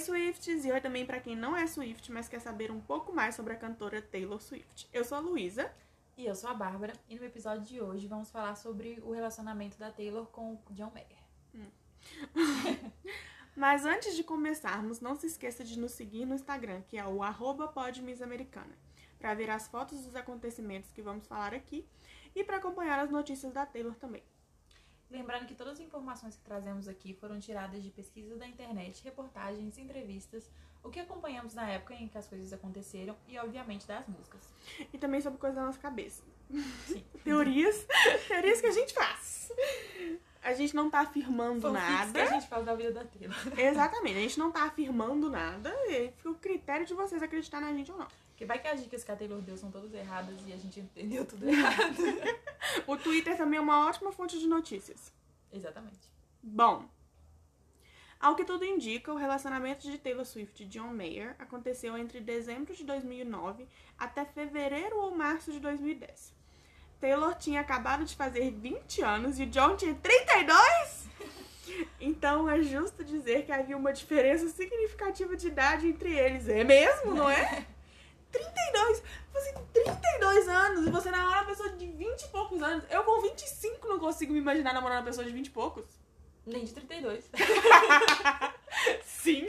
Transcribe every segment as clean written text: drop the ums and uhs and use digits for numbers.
Swifties! E oi também pra quem não é Swift, mas quer saber um pouco mais sobre a cantora Taylor Swift. Eu sou a Luísa. E eu sou a Bárbara. E no episódio de hoje vamos falar sobre o relacionamento da Taylor com o John Mayer. Mas antes de começarmos, não se esqueça de nos seguir no Instagram, que é o @podmissamericana, para ver as fotos dos acontecimentos que vamos falar aqui e para acompanhar as notícias da Taylor também. Lembrando que todas as informações que trazemos aqui foram tiradas de pesquisas da internet, reportagens, entrevistas, o que acompanhamos na época em que as coisas aconteceram e, obviamente, das músicas. E também sobre coisas da nossa cabeça. Sim. Teorias que a gente faz. A gente não tá afirmando nada. Que a gente faz da vida da Taylor. Exatamente, a gente não tá afirmando nada e fica o critério de vocês acreditar na gente ou não. Porque vai que as dicas que a Taylor deu são todas erradas e a gente entendeu tudo errado. O Twitter também é uma ótima fonte de notícias. Exatamente. Bom, ao que tudo indica, o relacionamento de Taylor Swift e John Mayer aconteceu entre dezembro de 2009 até fevereiro ou março de 2010. Taylor tinha acabado de fazer 20 anos e o John tinha 32? Então é justo dizer que havia uma diferença significativa de idade entre eles. É mesmo, não é? 32! Você tem 32 anos e você namora uma pessoa de 20 e poucos anos. Eu com 25 não consigo me imaginar namorando uma pessoa de 20 e poucos. Nem de 32. Sim.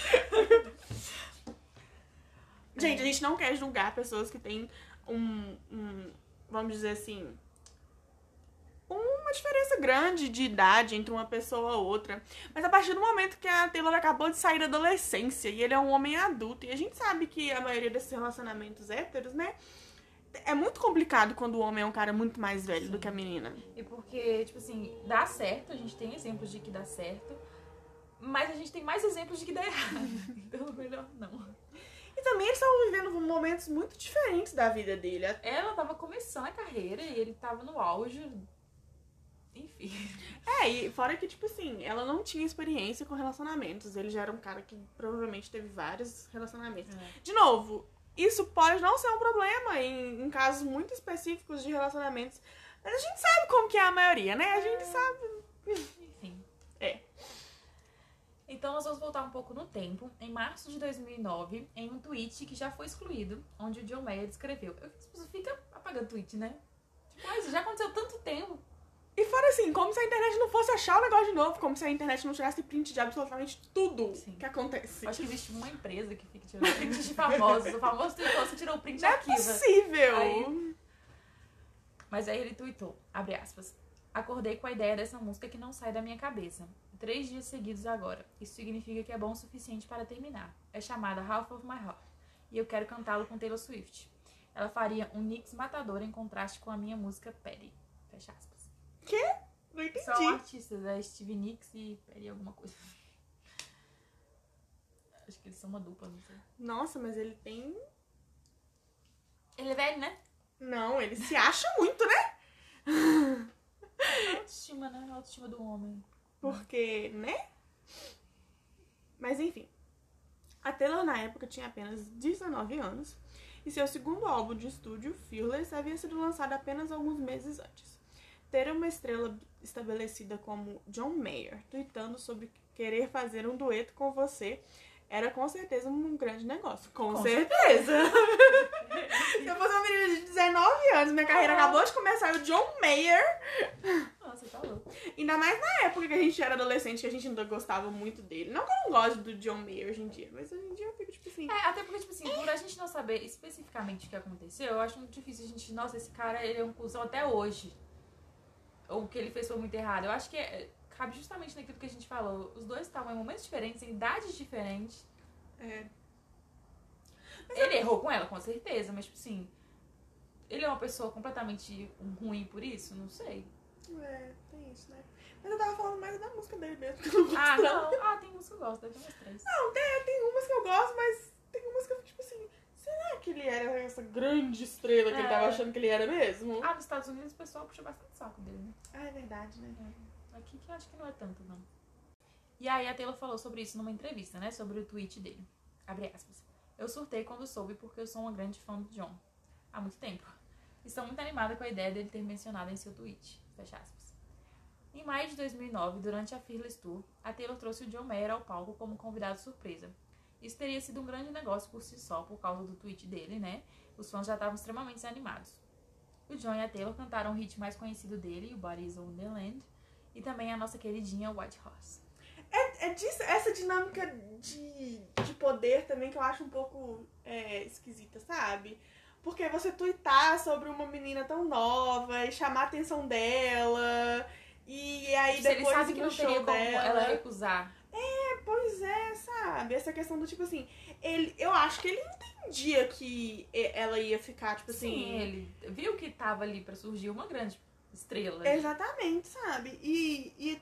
Gente, a gente não quer julgar pessoas que têm vamos dizer assim, uma diferença grande de idade entre uma pessoa ou outra. Mas a partir do momento que a Taylor acabou de sair da adolescência e ele é um homem adulto, e a gente sabe que a maioria desses relacionamentos héteros, né, é muito complicado quando o homem é um cara muito mais velho do que a menina. E porque, tipo assim, dá certo, a gente tem exemplos de que dá certo, mas a gente tem mais exemplos de que dá errado. Então, melhor não. E também eles estavam vivendo momentos muito diferentes da vida dele. Ela tava começando a carreira e ele tava no auge. Enfim. E fora que, tipo assim, ela não tinha experiência com relacionamentos. Ele já era um cara que provavelmente teve vários relacionamentos. De novo, isso pode não ser um problema em casos muito específicos de relacionamentos. Mas a gente sabe como que é a maioria, né? A gente sabe. Enfim. Então nós vamos voltar um pouco no tempo. Em março de 2009, em um tweet que já foi excluído, onde o John Mayer escreveu. As pessoas ficam apagando tweet, né? Tipo, isso já aconteceu tanto tempo. E fora assim, como se a internet não fosse achar o negócio de novo, como se a internet não tirasse print de absolutamente tudo que acontece. Acho que existe uma empresa que fica tirando print de famosos. O famoso tweetou, você tirou o print e arquiva. Não é possível! Mas aí ele tweetou, abre aspas, acordei com a ideia dessa música que não sai da minha cabeça. 3 dias seguidos agora. Isso significa que é bom o suficiente para terminar. É chamada Half of My Heart. E eu quero cantá-lo com Taylor Swift. Ela faria um Nicks matador em contraste com a minha música Patty. Fecha aspas. Quê? Não entendi. São artistas, é Stevie Nicks e Patty alguma coisa. Acho que eles são uma dupla, não sei. Nossa, mas ele tem... Ele é velho, né? Não, ele se acha muito, né? A autoestima, né? A autoestima do homem. Porque, né? Mas enfim. A Taylor na época tinha apenas 19 anos e seu segundo álbum de estúdio, Fearless, havia sido lançado apenas alguns meses antes. Ter uma estrela estabelecida como John Mayer tweetando sobre querer fazer um dueto com você era com certeza um grande negócio. Com certeza! Se eu fosse uma menina de 19 anos, minha carreira acabou de começar e o John Mayer... Nossa, tá louco. Ainda mais na época que a gente era adolescente, que a gente ainda gostava muito dele. Não que eu não goste do John Mayer hoje em dia, mas hoje em dia eu fico tipo assim... Até porque, tipo assim, por a gente não saber especificamente o que aconteceu, eu acho muito difícil a gente... Nossa, esse cara, ele é um cuzão até hoje. Ou o que ele fez foi muito errado. Eu acho que cabe justamente naquilo que a gente falou. Os dois estavam em momentos diferentes, em idades diferentes. Ele errou com ela, com certeza, mas, tipo assim... Ele é uma pessoa completamente ruim por isso? Não sei. Tem isso, né? Mas eu tava falando mais da música dele mesmo. Não. Tem música que eu gosto, deve ter umas 3. Não, tem umas que eu gosto, mas tem umas que eu fico tipo assim... Será que ele era essa grande estrela que ele tava achando que ele era mesmo? Nos Estados Unidos o pessoal puxa bastante saco dele, né? É verdade, né? Aqui que eu acho que não é tanto, não. E aí a Taylor falou sobre isso numa entrevista, né? Sobre o tweet dele. Abre aspas. Eu surtei quando soube porque eu sou uma grande fã do John. Há muito tempo. Estou muito animada com a ideia dele ter mencionado em seu tweet. Fecha aspas. Em Em maio de 2009, durante a Fearless Tour, a Taylor trouxe o John Mayer ao palco como convidado surpresa. Isso teria sido um grande negócio por si só, por causa do tweet dele, né? Os fãs já estavam extremamente animados. O John e a Taylor cantaram o hit mais conhecido dele, o Bodies on the Land, e também a nossa queridinha White Horse. É disso, essa dinâmica de poder também que eu acho um pouco esquisita, sabe? Porque você tuitar sobre uma menina tão nova e chamar a atenção dela, e aí Se depois ele sabe ir que no não teria show como dela. ela recusar. Pois é, sabe? Essa questão do tipo assim, eu acho que ele entendia que ela ia ficar, tipo assim. Sim, ele viu que tava ali pra surgir uma grande estrela. Exatamente, sabe? E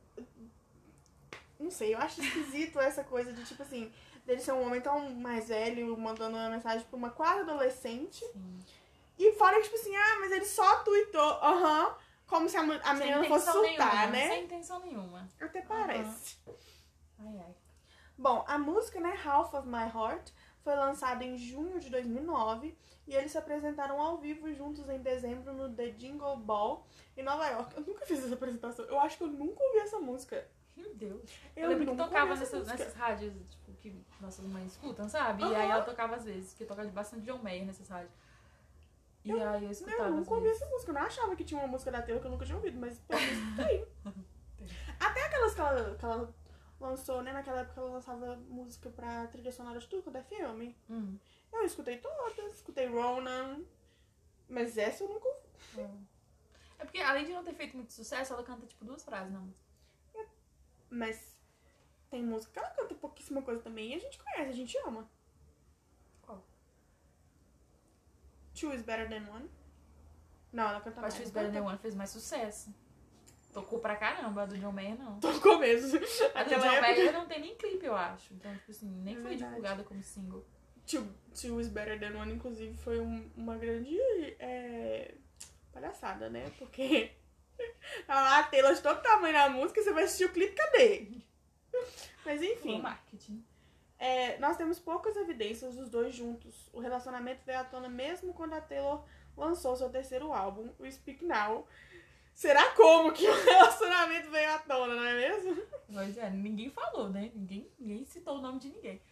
não sei, eu acho esquisito essa coisa de tipo assim, dele ser um homem tão mais velho, mandando uma mensagem pra uma quase adolescente. Sim. E fora que, tipo assim, mas ele só tweetou, como se a menina não fosse surtar, né? Sem intenção nenhuma. Até parece. Ai, ai. Bom, a música, né, Half of My Heart, foi lançada em junho de 2009 e eles se apresentaram ao vivo juntos em dezembro no The Jingle Ball, em Nova York. Eu nunca fiz essa apresentação. Eu acho que eu nunca ouvi essa música. Meu Deus. Eu lembro que tocava nessas rádios, tipo, que nossas mães escutam, sabe? E aí ela tocava às vezes, que tocava bastante John Mayer nessas rádios. E aí eu escutava. Eu nunca ouvi essa música. Eu não achava que tinha uma música da Taylor que eu nunca tinha ouvido, mas pelo menos tem. Até aquelas que ela lançou, né? Naquela época ela lançava música pra trilha sonora turca da filme. Eu escutei todas, escutei Ronan, mas essa eu nunca ouvi. É porque além de não ter feito muito sucesso, ela canta tipo 2 frases na música. Mas tem música que ela canta pouquíssima coisa também e a gente conhece, a gente ama. Qual? Two is Better Than One. Não, ela canta mais. Mas Two is Better Than One fez mais sucesso. Tocou pra caramba, a do John Mayer não. Tocou mesmo. A do John Mayer não tem nem clipe, eu acho. Então, tipo assim, nem foi verdade. divulgada como single. Two is Better Than One, inclusive, foi uma grande palhaçada, né? Porque a Taylor de todo tamanho na música, você vai assistir o clipe, cadê? Mas enfim. O marketing. Nós temos poucas evidências dos dois juntos. O relacionamento veio à tona mesmo quando a Taylor lançou seu terceiro álbum, o Speak Now. Será como que o relacionamento veio à tona, não é mesmo? Pois é, ninguém falou, né? Ninguém citou o nome de ninguém.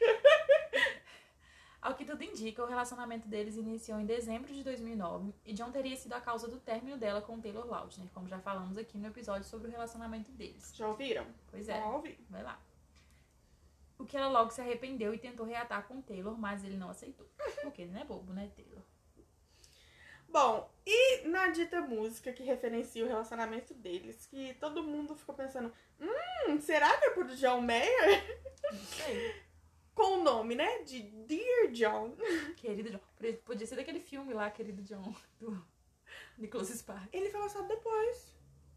Ao que tudo indica, o relacionamento deles iniciou em dezembro de 2009 e John teria sido a causa do término dela com Taylor Lautner, como já falamos aqui no episódio sobre o relacionamento deles. Já ouviram? Pois é. Vamos ouvir. Vai lá. O que ela logo se arrependeu e tentou reatar com Taylor, mas ele não aceitou. Porque ele não é bobo, né, Taylor? Bom, e na dita música que referencia o relacionamento deles, que todo mundo ficou pensando, será que é por John Mayer? Não sei. Com o nome, né, de Dear John. Querido John. Podia ser daquele filme lá, Querido John, do Nicholas Sparks. Ele foi lançado depois.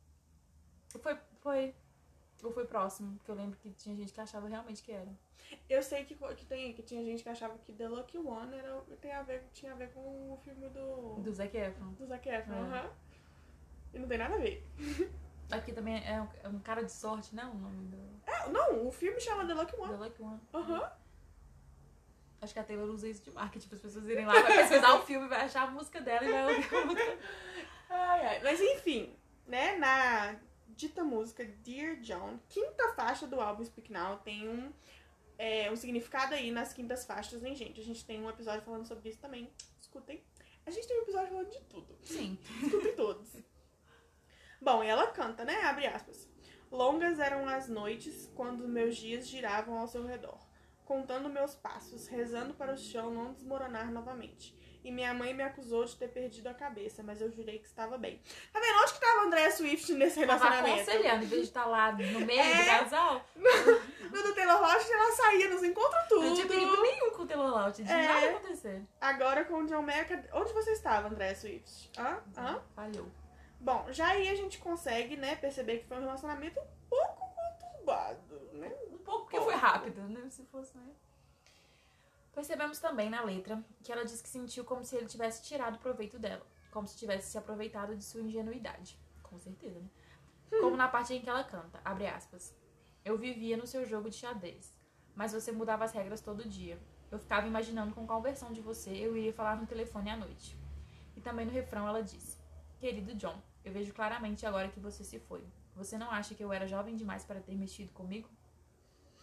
Foi. Ou foi próximo, porque eu lembro que tinha gente que achava realmente que era. Eu sei que tinha gente que achava que The Lucky One tinha a ver com o filme Do Zac Efron. do Zac Efron. E não tem nada a ver. Aqui também é um cara de sorte, né? O nome do... Não, o filme chama The Lucky One. The Lucky One. Acho que a Taylor usa isso de marketing para as pessoas irem lá, vai pesquisar o filme, vai achar a música dela e vai ouvir a música. Mas enfim, né, na dita música Dear John, quinta faixa do álbum Speak Now, tem um significado aí nas quintas faixas, hein, gente? A gente tem um episódio falando sobre isso também. Escutem. A gente tem um episódio falando de tudo. Sim. Escutem todos. Bom, e ela canta, né? Abre aspas. Longas eram as noites quando meus dias giravam ao seu redor, contando meus passos, rezando para o chão não desmoronar novamente. E minha mãe me acusou de ter perdido a cabeça, mas eu jurei que estava bem. Tá vendo? Onde que tava a Andrea Swift nesse relacionamento? Tava aconselhando, em vez de estar lá no meio do casal. No do Taylor Lautner, ela saía nos encontros tudo. Não tinha perigo nenhum com o Taylor Lautner, de nada acontecer. Agora com o John Mayer, onde você estava, Andrea Swift? Falhou. Bom, já aí a gente consegue, né, perceber que foi um relacionamento um pouco conturbado, né? Um pouco porque foi rápido, né? Se fosse, né? Percebemos também na letra que ela diz que sentiu como se ele tivesse tirado proveito dela. Como se tivesse se aproveitado de sua ingenuidade. Com certeza, né? Como na parte em que ela canta, abre aspas. Eu vivia no seu jogo de xadrez, mas você mudava as regras todo dia. Eu ficava imaginando com qual versão de você eu iria falar no telefone à noite. E também no refrão ela diz: Querido John, eu vejo claramente agora que você se foi. Você não acha que eu era jovem demais para ter mexido comigo?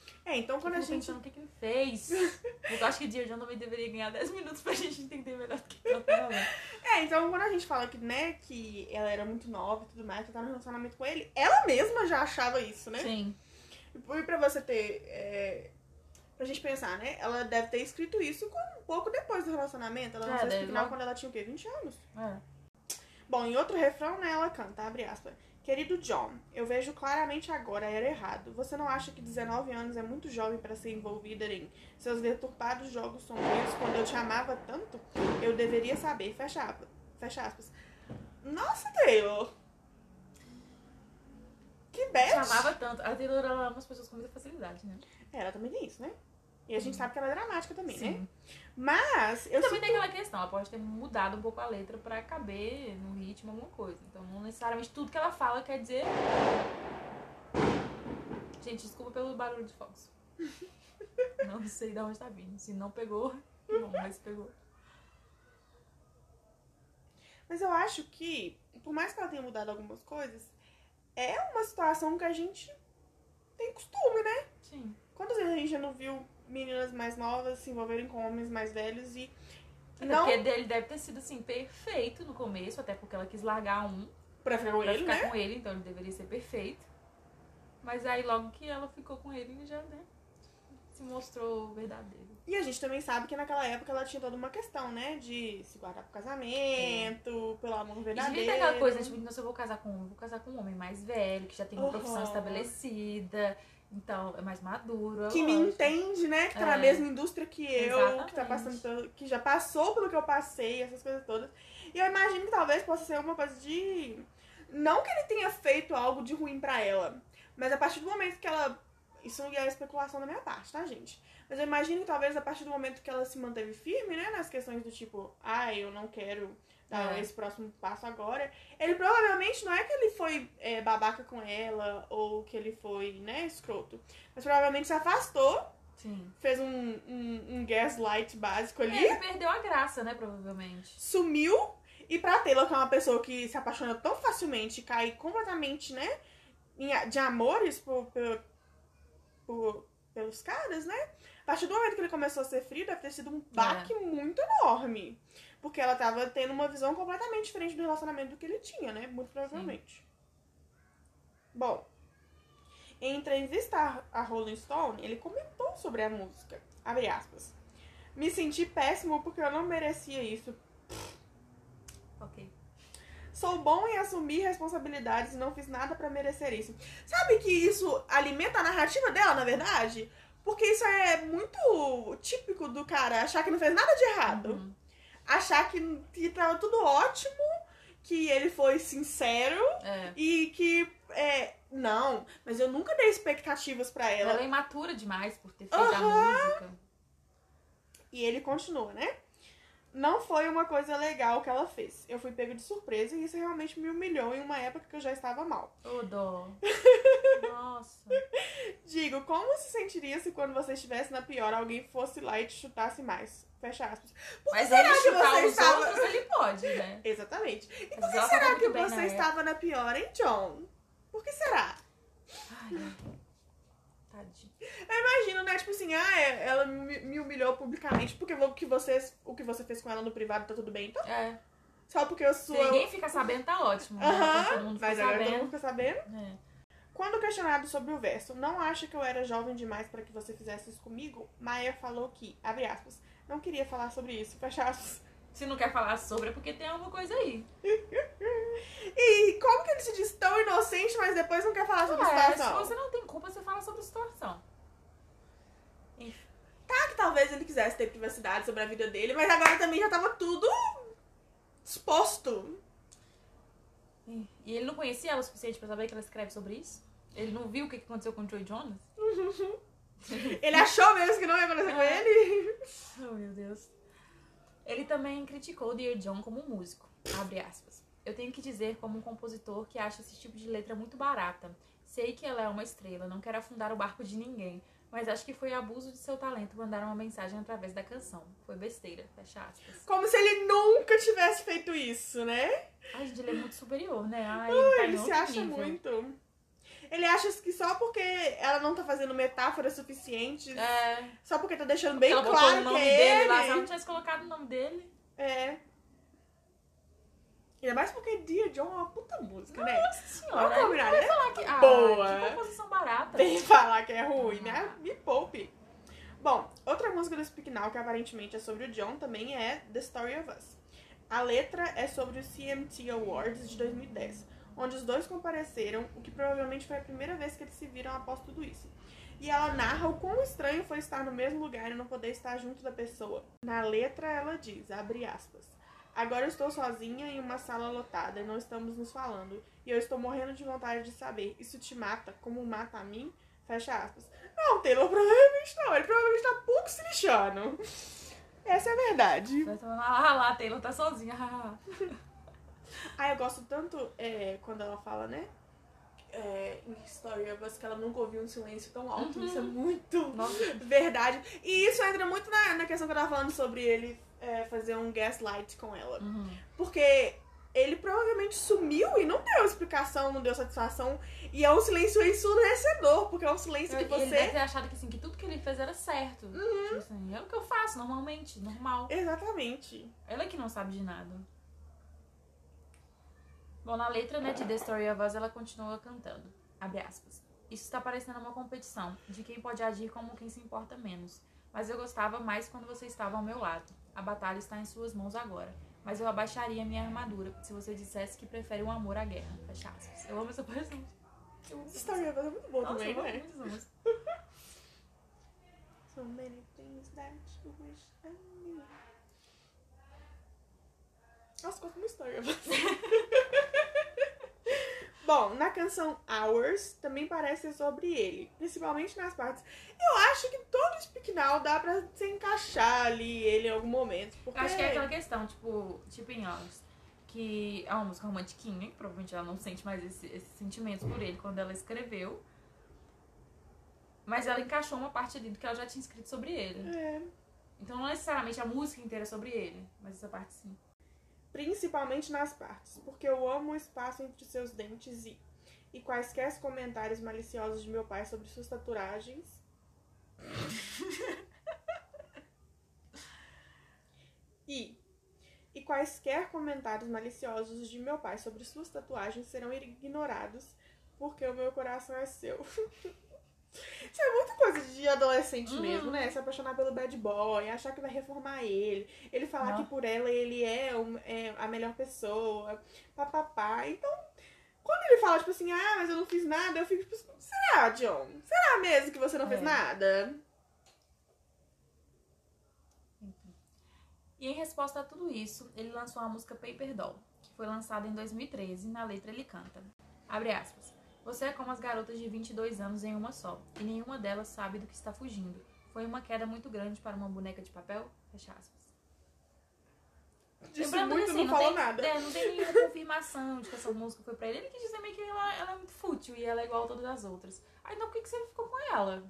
Então quando a gente... pensando o que ele fez. Eu acho que Dear John também deveria ganhar 10 minutos pra gente entender melhor do que ela tá falando. Então quando a gente fala que, né, que ela era muito nova e tudo mais, que tá no relacionamento com ele, ela mesma já achava isso, né? Sim. E pra você ter... pra gente pensar, né? Ela deve ter escrito isso um pouco depois do relacionamento. Ela lançou esse final quando ela tinha o quê? 20 anos? Bom, em outro refrão, né, ela canta, abre aspas. Querido John, eu vejo claramente agora, era errado. Você não acha que 19 anos é muito jovem para ser envolvida em seus deturpados jogos sombrios quando eu te amava tanto? Eu deveria saber. Fecha aspas. Nossa, Taylor! Que bad! Te amava tanto. A Taylor, ela ama as pessoas com muita facilidade, né? Ela também tem isso, né? E a gente sabe que ela é dramática também, Sim. né? Mas eu também tem aquela questão, ela pode ter mudado um pouco a letra pra caber no ritmo, alguma coisa. Então não necessariamente tudo que ela fala quer dizer... Gente, desculpa pelo barulho de fogos. Não sei de onde tá vindo. Se não pegou, bom, mas pegou. Mas eu acho que, por mais que ela tenha mudado algumas coisas, é uma situação que a gente tem costume, né? Sim. Quantas vezes a gente já não viu meninas mais novas se envolverem com homens mais velhos e... Não... Porque ele deve ter sido, assim, perfeito no começo, até porque ela quis largar um pra ficar com ele, né? Com ele, então ele deveria ser perfeito. Mas aí logo que ela ficou com ele, ele já, né, se mostrou verdadeiro. E a gente também sabe que naquela época ela tinha toda uma questão, né? De se guardar pro casamento, pelo amor verdadeiro. E devia ter aquela coisa, tipo, então se eu vou casar com um homem mais velho, que já tem uma profissão estabelecida... Então, é mais maduro. Que me entende, né? Que tá na mesma indústria que eu, exatamente. que tá passando que já passou pelo que eu passei, essas coisas todas. E eu imagino que talvez possa ser uma coisa de... Não que ele tenha feito algo de ruim pra ela, mas a partir do momento que ela... Isso é especulação da minha parte, tá, gente? Mas eu imagino que talvez a partir do momento que ela se manteve firme, né? Nas questões do tipo, eu não quero dar esse próximo passo agora. Ele provavelmente, não é que ele foi babaca com ela ou que ele foi, né, escroto. Mas provavelmente se afastou. Sim. Fez um gaslight básico ali. Ele perdeu a graça, né, provavelmente. Sumiu. E pra Taylor, que é uma pessoa que se apaixona tão facilmente e cai completamente, né, de amores pelos caras, né? A partir do momento que ele começou a ser frio, deve ter sido um baque muito enorme. Porque ela tava tendo uma visão completamente diferente do relacionamento do que ele tinha, né? Muito provavelmente. Sim. Bom, em entrevista a Rolling Stone, ele comentou sobre a música. Abre aspas. Me senti péssimo porque eu não merecia isso. Ok. Sou bom em assumir responsabilidades e não fiz nada pra merecer isso. Sabe que isso alimenta a narrativa dela, na verdade? Porque isso é muito típico do cara achar que não fez nada de errado. Uhum. Achar que tava tudo ótimo, que ele foi sincero e que... não, mas eu nunca dei expectativas pra ela. Ela é imatura demais por ter feito a música. E ele continua, né? Não foi uma coisa legal que ela fez. Eu fui pego de surpresa e isso realmente me humilhou em uma época que eu já estava mal. Ô, dó. Nossa. Digo, como se sentiria se quando você estivesse na pior, alguém fosse lá e te chutasse mais? Fecha aspas. Mas ele chutar os outros, ele pode, né? Exatamente. E por que será que você estava na pior, hein, John? Por que será? Ai, tadinho. Eu imagino, né? Tipo assim, ela me humilhou publicamente porque o que você fez com ela no privado tá tudo bem, então? Só porque eu sou... Se ninguém fica sabendo, tá ótimo. Mas agora todo mundo fica sabendo. Quando questionado sobre o verso, não acha que eu era jovem demais para que você fizesse isso comigo? Maia falou que, abre aspas, não queria falar sobre isso, fecha aspas. Se não quer falar sobre é porque tem alguma coisa aí. E como que ele se diz tão inocente, mas depois não quer falar sobre a situação? Se você não tem culpa, você fala sobre a situação. Tá, que talvez ele quisesse ter privacidade sobre a vida dele, mas agora também já tava tudo exposto. E ele não conhecia ela o suficiente pra saber que ela escreve sobre isso? Ele não viu o que aconteceu com o Joy Jonas? Ele achou mesmo que não ia acontecer com ele? Oh, meu Deus. Ele também criticou Dear John como músico, abre aspas. Eu tenho que dizer como um compositor que acha esse tipo de letra muito barata. Sei que ela é uma estrela, não quero afundar o barco de ninguém, mas acho que foi abuso de seu talento mandar uma mensagem através da canção. Foi besteira, fecha aspas. Como se ele nunca tivesse feito isso, né? Ai, gente, ele é muito superior, né? Ai, ele se acha nível. muito. Ele acha que só porque ela não tá fazendo metáforas suficientes, só porque tá deixando bem ela claro botou o nome que é dele ele. lá, se ela não tivesse colocado o nome dele. Ainda mais porque Dear John é uma puta música, né? Nossa senhora. Vamos combinar, né? Falar que, Boa. Que composição barata. Tem que falar que é ruim, né? Me poupe. Bom, outra música do Speak Now, que aparentemente é sobre o John, também é The Story of Us. A letra é sobre o CMT Awards de 2010, onde os dois compareceram, o que provavelmente foi a primeira vez que eles se viram após tudo isso. E ela narra o quão estranho foi estar no mesmo lugar e não poder estar junto da pessoa. Na letra ela diz, abre aspas, agora eu estou sozinha em uma sala lotada e não estamos nos falando. E eu estou morrendo de vontade de saber, isso te mata como mata a mim? Fecha aspas. Não, Taylor, provavelmente não. Ele provavelmente tá pouco se lixando. Essa é a verdade. Lá, Taylor tá sozinha. Eu gosto tanto quando ela fala, né? Em Story of Us, que ela nunca ouviu um silêncio tão alto. Isso é muito verdade. E isso entra muito na questão que eu tava falando sobre ele fazer um gaslight com ela. Porque ele provavelmente sumiu e não deu explicação, não deu satisfação. E é um silêncio ensurdecedor, porque é um silêncio que você... Ele deve ter achado que tudo que ele fez era certo. Tipo assim, é o que eu faço normalmente, normal. Exatamente. Ela que não sabe de nada. Bom, na letra, né, de The Story of Us, ela continua cantando. Abre aspas. Isso está parecendo uma competição, de quem pode agir como quem se importa menos. Mas eu gostava mais quando você estava ao meu lado. A batalha está em suas mãos agora. Mas eu abaixaria minha armadura se você dissesse que prefere o amor à guerra. Fecha aspas. Eu amo essa poesia. Essa história é muito boa também, eu né? amo muitas músicas. So many things that you wish I knew. Nossa, quanto uma história. Bom, na canção Hours também parece sobre ele, principalmente nas partes. Eu acho que todo Speak Now dá pra se encaixar ali ele em algum momento. Porque... Acho que é aquela questão, tipo em Hours, que é uma música romantiquinha, que provavelmente ela não sente mais esses sentimentos por ele quando ela escreveu. Mas ela encaixou uma parte ali do que ela já tinha escrito sobre ele. Então não necessariamente a música inteira é sobre ele, mas essa parte sim. Principalmente nas partes, porque eu amo o espaço entre seus dentes e quaisquer comentários maliciosos de meu pai sobre suas tatuagens. E quaisquer comentários maliciosos de meu pai sobre suas tatuagens serão ignorados, porque o meu coração é seu. Isso é muita coisa de adolescente mesmo, né? Se apaixonar pelo bad boy, achar que vai reformar ele falar que por ela ele é a melhor pessoa, papapá. Então, quando ele fala, tipo assim, mas eu não fiz nada, eu fico tipo, será, John? Será mesmo que você não fez nada? E em resposta a tudo isso, ele lançou a música Paper Doll, que foi lançada em 2013, e na letra ele canta, abre aspas, você é como as garotas de 22 anos em uma só, e nenhuma delas sabe do que está fugindo. Foi uma queda muito grande para uma boneca de papel? Fecha aspas. Disse muito, assim, não falou nada. Não tem nenhuma confirmação de que essa música foi pra ele. Ele quis dizer meio que ela é muito fútil e ela é igual a todas as outras. Aí então por que você ficou com ela?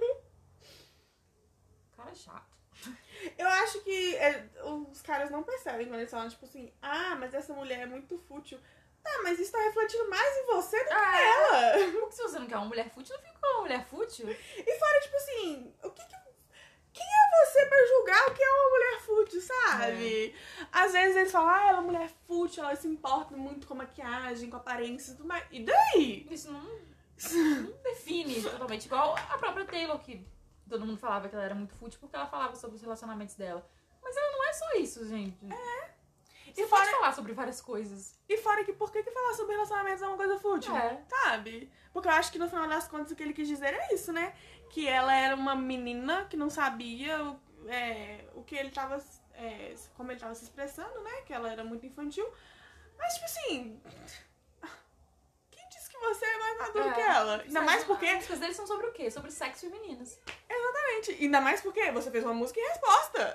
Cara chato. Eu acho que os caras não percebem quando eles falam, tipo assim, mas essa mulher é muito fútil. Tá, mas isso tá refletindo mais em você do que nela. Porque se você não quer uma mulher fútil, não fica com uma mulher fútil. E fora, tipo assim, quem é você pra julgar o que é uma mulher fútil, sabe? Às vezes eles falam, ela é uma mulher fútil, ela se importa muito com maquiagem, com aparência e tudo mais. E daí? Isso não define totalmente. Igual a própria Taylor, que todo mundo falava que ela era muito fútil porque ela falava sobre os relacionamentos dela. Mas ela não é só isso, gente. Você pode falar sobre várias coisas. E fora que por que falar sobre relacionamentos é uma coisa fútil? Sabe? Porque eu acho que no final das contas o que ele quis dizer é isso, né? Que ela era uma menina que não sabia o que ele tava... como ele tava se expressando, né? Que ela era muito infantil. Mas, tipo assim... Quem disse que você é mais maduro que ela? Ainda mais porque... As músicas deles são sobre o quê? Sobre sexo e meninas. Exatamente. Ainda mais porque você fez uma música em resposta.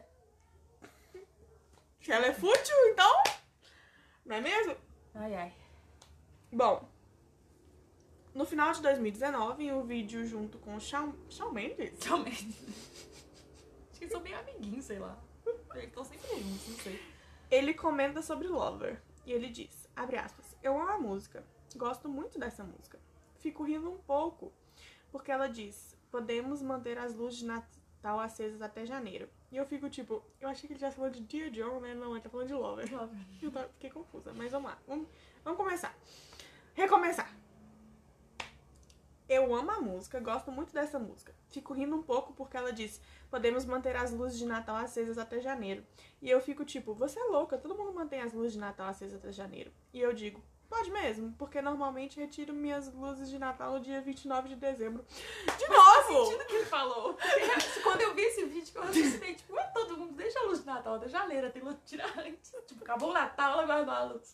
Se ela é fútil, então... Não é mesmo? Ai. Bom, no final de 2019, em um vídeo junto com o Shawn Mendes... Shawn Mendes. Acho que eles são bem amiguinhos, sei lá. Eles estão sempre juntos, não sei. Ele comenta sobre Lover. E ele diz, abre aspas, eu amo a música. Gosto muito dessa música. fico rindo um pouco, porque ela diz, podemos manter as luzes de Natal acesas até janeiro. E eu fico tipo, eu achei que ele já falou de Dear John, né? Não, ele tá falando de Lover. Eu fiquei confusa, mas vamos lá. Vamos começar. Recomeçar. Eu amo a música, gosto muito dessa música. Fico rindo um pouco porque ela diz, podemos manter as luzes de Natal acesas até janeiro. E eu fico tipo, você é louca, todo mundo mantém as luzes de Natal acesas até janeiro. E eu digo, pode mesmo, porque normalmente retiro minhas luzes de Natal no dia 29 de dezembro. De novo! Faz sentido o que ele falou. Porque quando eu vi esse vídeo, eu pensei, tipo, todo mundo deixa a luz de Natal até janeiro, tem luz de tirar antes. Tipo, acabou o Natal, ela guardou a luz.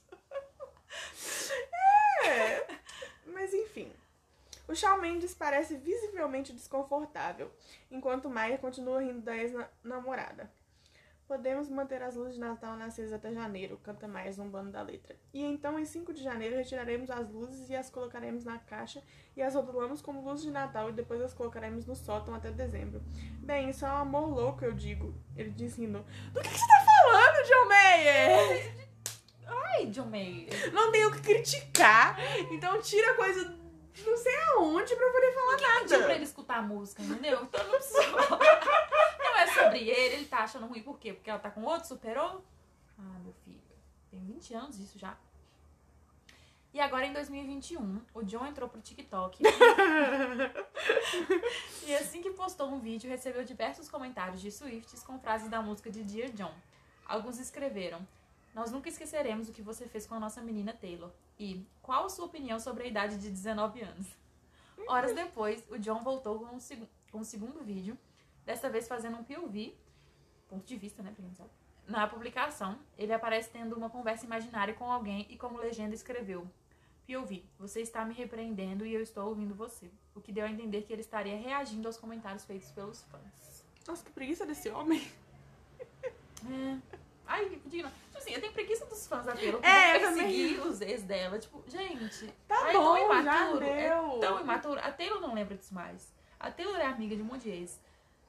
Mas enfim. O Shawn Mendes parece visivelmente desconfortável, enquanto Maia continua rindo da ex-namorada. Podemos manter as luzes de Natal acesas até janeiro, canta Maia zombando da letra. E então, em 5 de janeiro, retiraremos as luzes e as colocaremos na caixa e as rotulamos como luzes de Natal e depois as colocaremos no sótão até dezembro. Bem, isso é um amor louco, eu digo. Ele diz rindo. Do que você tá falando, John Mayer? Ai, John Mayer. Não tenho o que criticar, então tira coisa não sei aonde pra poder falar nada. Pediu pra ele escutar a música, entendeu? Então não precisa. Não é sobre ele tá achando ruim. Por quê? Porque ela tá com outro, superou? Ah, meu filho, tem 20 anos isso já. E agora em 2021, o John entrou pro TikTok. E assim que postou um vídeo, recebeu diversos comentários de Swifties com frases da música de Dear John. Alguns escreveram: nós nunca esqueceremos o que você fez com a nossa menina Taylor. E qual a sua opinião sobre a idade de 19 anos? Horas depois, o John voltou com um segundo vídeo, desta vez fazendo um POV, ponto de vista, né, pra quem sabe. Na publicação, ele aparece tendo uma conversa imaginária com alguém e como legenda escreveu: POV, você está me repreendendo e eu estou ouvindo você. O que deu a entender que ele estaria reagindo aos comentários feitos pelos fãs. Nossa, que preguiça desse homem. Ai, que digno. Tipo assim, eu tenho preguiça dos fãs da Taylor. Eu perseguir os ex dela. Tipo, gente, tá é bom, tão imaturo. já deu. É tão imaturo. A Taylor não lembra disso mais. A Taylor é amiga de um monte de ex.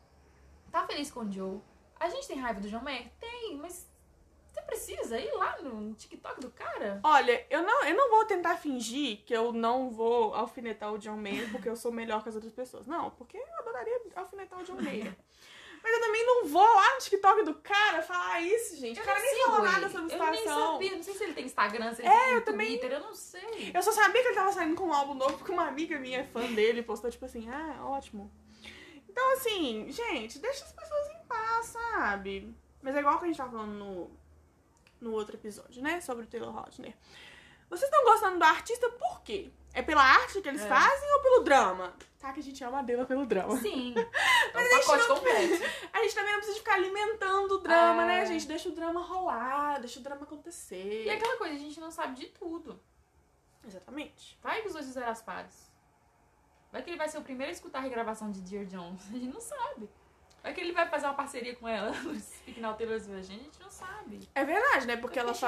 Tá feliz com o Joe. A gente tem raiva do John Mayer? Tem, mas você precisa ir lá no TikTok do cara? Olha, eu não vou tentar fingir que eu não vou alfinetar o John Mayer porque eu sou melhor que as outras pessoas. Não, porque eu adoraria alfinetar o John Mayer. Mas eu também não vou lá no TikTok do cara falar isso, gente. O cara nem falou nada sobre a situação. Eu nem sabia. Não sei se ele tem Instagram, se ele tem Twitter. Eu não sei. Eu só sabia que ele tava saindo com um álbum novo porque uma amiga minha é fã dele postou tipo assim, ótimo. Então assim, gente, deixa as pessoas em paz, sabe? Mas é igual que a gente tava falando no outro episódio, né? Sobre o Taylor Lautner. Vocês estão gostando do artista por quê? É pela arte que eles fazem ou pelo drama? Tá, que a gente ama a Dela pelo drama. Sim. Mas é um pacote completo. A gente também não precisa ficar alimentando o drama, né, gente? Deixa o drama rolar, deixa o drama acontecer. E aquela coisa, a gente não sabe de tudo. Exatamente. Vai que os dois fizeram as pares. Vai que ele vai ser o primeiro a escutar a regravação de Dear John. A gente não sabe. Vai que ele vai fazer uma parceria com ela no Speak Now Taylor's Version. A gente não sabe. É verdade, né? Porque ela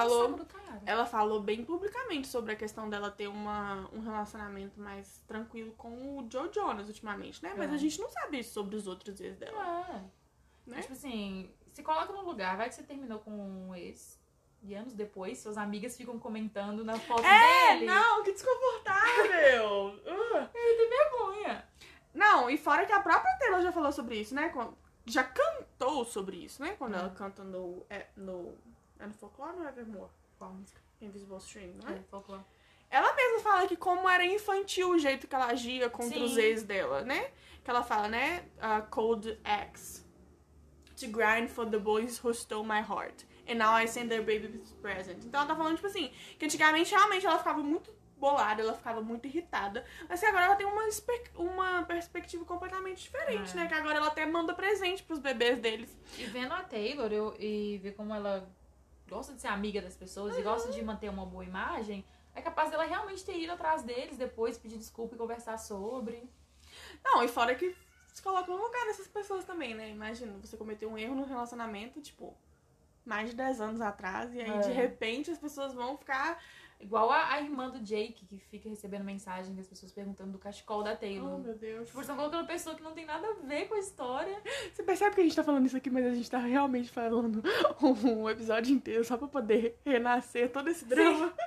falou bem publicamente sobre a questão dela ter um relacionamento mais tranquilo com o Joe Jonas ultimamente, né? Mas a gente não sabe isso sobre os outros ex dela. Né? Tipo assim, se coloca no lugar. Vai que você terminou com um ex. E anos depois, suas amigas ficam comentando na foto dele. Não, que desconfortável. Ele tem vergonha. Não, e fora que a própria Taylor já falou sobre isso, né? Já cantou sobre isso, né? Quando ela canta no Folklore ou no Evermore? Qual música? Invisible String, não é? Folklore. Ela mesma fala que como era infantil o jeito que ela agia contra os ex dela, né? Que ela fala, né? Cold Axe. To grind for the boys who stole my heart. And now I send their baby's present. Então ela tá falando, tipo assim, que antigamente realmente ela ficava muito bolada, ela ficava muito irritada. Mas que agora ela tem uma perspectiva completamente diferente, né? Que agora ela até manda presente pros bebês deles. E vendo a Taylor e ver como ela gosta de ser amiga das pessoas e gosta de manter uma boa imagem, é capaz dela realmente ter ido atrás deles depois, pedir desculpa e conversar sobre. Não, e fora que se coloca no lugar dessas pessoas também, né? Imagina, você cometeu um erro no relacionamento, tipo, mais de 10 anos atrás, e aí de repente as pessoas vão ficar... Igual a irmã do Jake, que fica recebendo mensagem das pessoas perguntando do cachecol da Taylor. Oh, meu Deus. Tipo, estão colocando pessoa que não tem nada a ver com a história. Você percebe que a gente tá falando isso aqui, mas a gente tá realmente falando um episódio inteiro só pra poder renascer todo esse drama.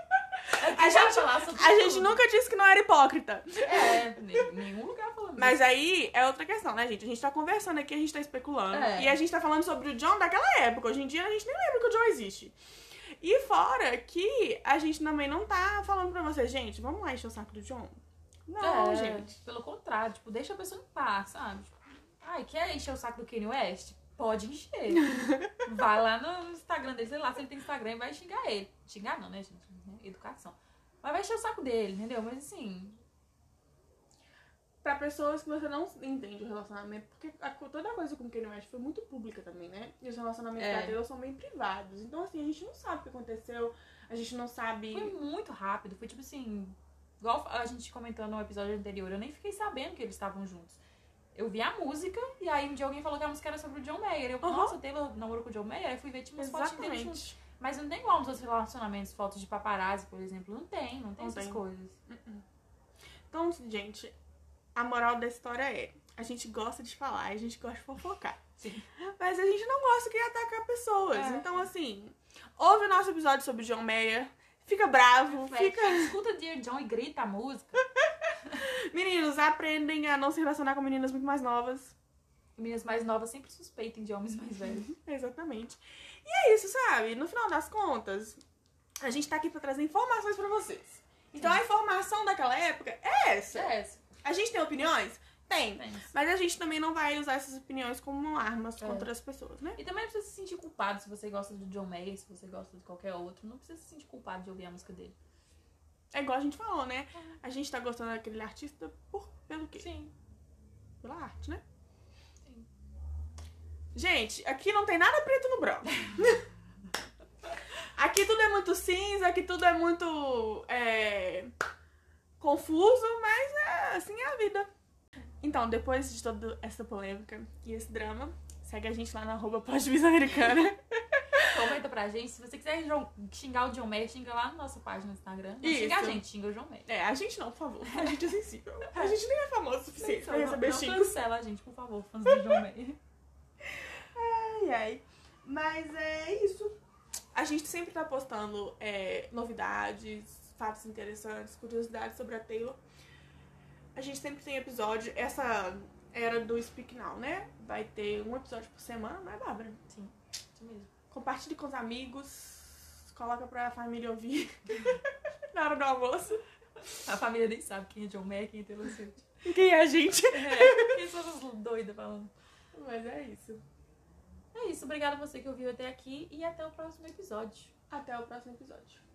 A gente nunca disse que não era hipócrita. Nenhum lugar falando Mas aí é outra questão, né, gente? A gente tá conversando aqui, a gente tá especulando. E a gente tá falando sobre o John daquela época. Hoje em dia a gente nem lembra que o John existe. E fora que a gente também não tá falando pra vocês, gente, vamos lá encher o saco do John? Não, gente. Pelo contrário, tipo, deixa a pessoa em paz, sabe? Tipo, quer encher o saco do Kanye West? Pode encher. Vai lá no Instagram dele, sei lá, se ele tem Instagram, e vai xingar ele. Xingar não, né, gente? Educação. Mas vai encher o saco dele, entendeu? Mas assim... Pra pessoas que você não entende o relacionamento, porque toda a coisa com o Kanye West foi muito pública também, né? E os relacionamentos da Taylor são bem privados. Então, assim, a gente não sabe o que aconteceu, a gente não sabe... Foi muito rápido, foi tipo assim... Igual a gente comentou no episódio anterior, eu nem fiquei sabendo que eles estavam juntos. Eu vi a música, e aí um dia alguém falou que a música era sobre o John Mayer. Eu, nossa, Taylor namorou com o John Mayer, aí fui ver, tipo, umas fotinhas deles juntos. Mas não tem igual nos outros relacionamentos, fotos de paparazzi, por exemplo. Não tem essas coisas. Então, gente... A moral da história é, a gente gosta de falar, a gente gosta de fofocar. Sim. Mas a gente não gosta de atacar pessoas. Então, assim, ouve o nosso episódio sobre John Mayer, fica bravo, escuta Dear John e grita a música. Meninos, aprendem a não se relacionar com meninas muito mais novas. Meninas mais novas sempre suspeitem de homens mais velhos. Exatamente. E é isso, sabe? No final das contas, a gente tá aqui pra trazer informações pra vocês. Então, a informação daquela época é essa. A gente tem opiniões? Tem. Mas a gente também não vai usar essas opiniões como armas contra as pessoas, né? E também não precisa se sentir culpado se você gosta do John Mayer, se você gosta de qualquer outro. Não precisa se sentir culpado de ouvir a música dele. É igual a gente falou, né? A gente tá gostando daquele artista pelo quê? Sim. Pela arte, né? Sim. Gente, aqui não tem nada preto no branco. Aqui tudo é muito cinza, aqui tudo é muito... confuso, mas assim é a vida. Então, depois de toda essa polêmica e esse drama, segue a gente lá na @podvisamericana. Comenta pra gente. Se você quiser xingar o John Mayer, xinga lá na nossa página no Instagram. Não xinga a gente, xinga o John Mayer. A gente não, por favor. A gente é sensível. A gente nem é famoso o suficiente pra receber xingos. Não cancela a gente, por favor, fãs do John Mayer. Ai. Mas é isso. A gente sempre tá postando novidades, fatos interessantes, curiosidades sobre a Taylor. A gente sempre tem episódio. Essa era do Speak Now, né? Vai ter um episódio por semana, não é, Bárbara? Sim, isso mesmo. Compartilhe com os amigos. Coloca pra família ouvir na hora do almoço. A família nem sabe quem é John Mayer, quem é Taylor Swift. E quem é a gente? Quem são essas doidas falando? Mas é isso. É isso, obrigada a você que ouviu até aqui e até o próximo episódio. Até o próximo episódio.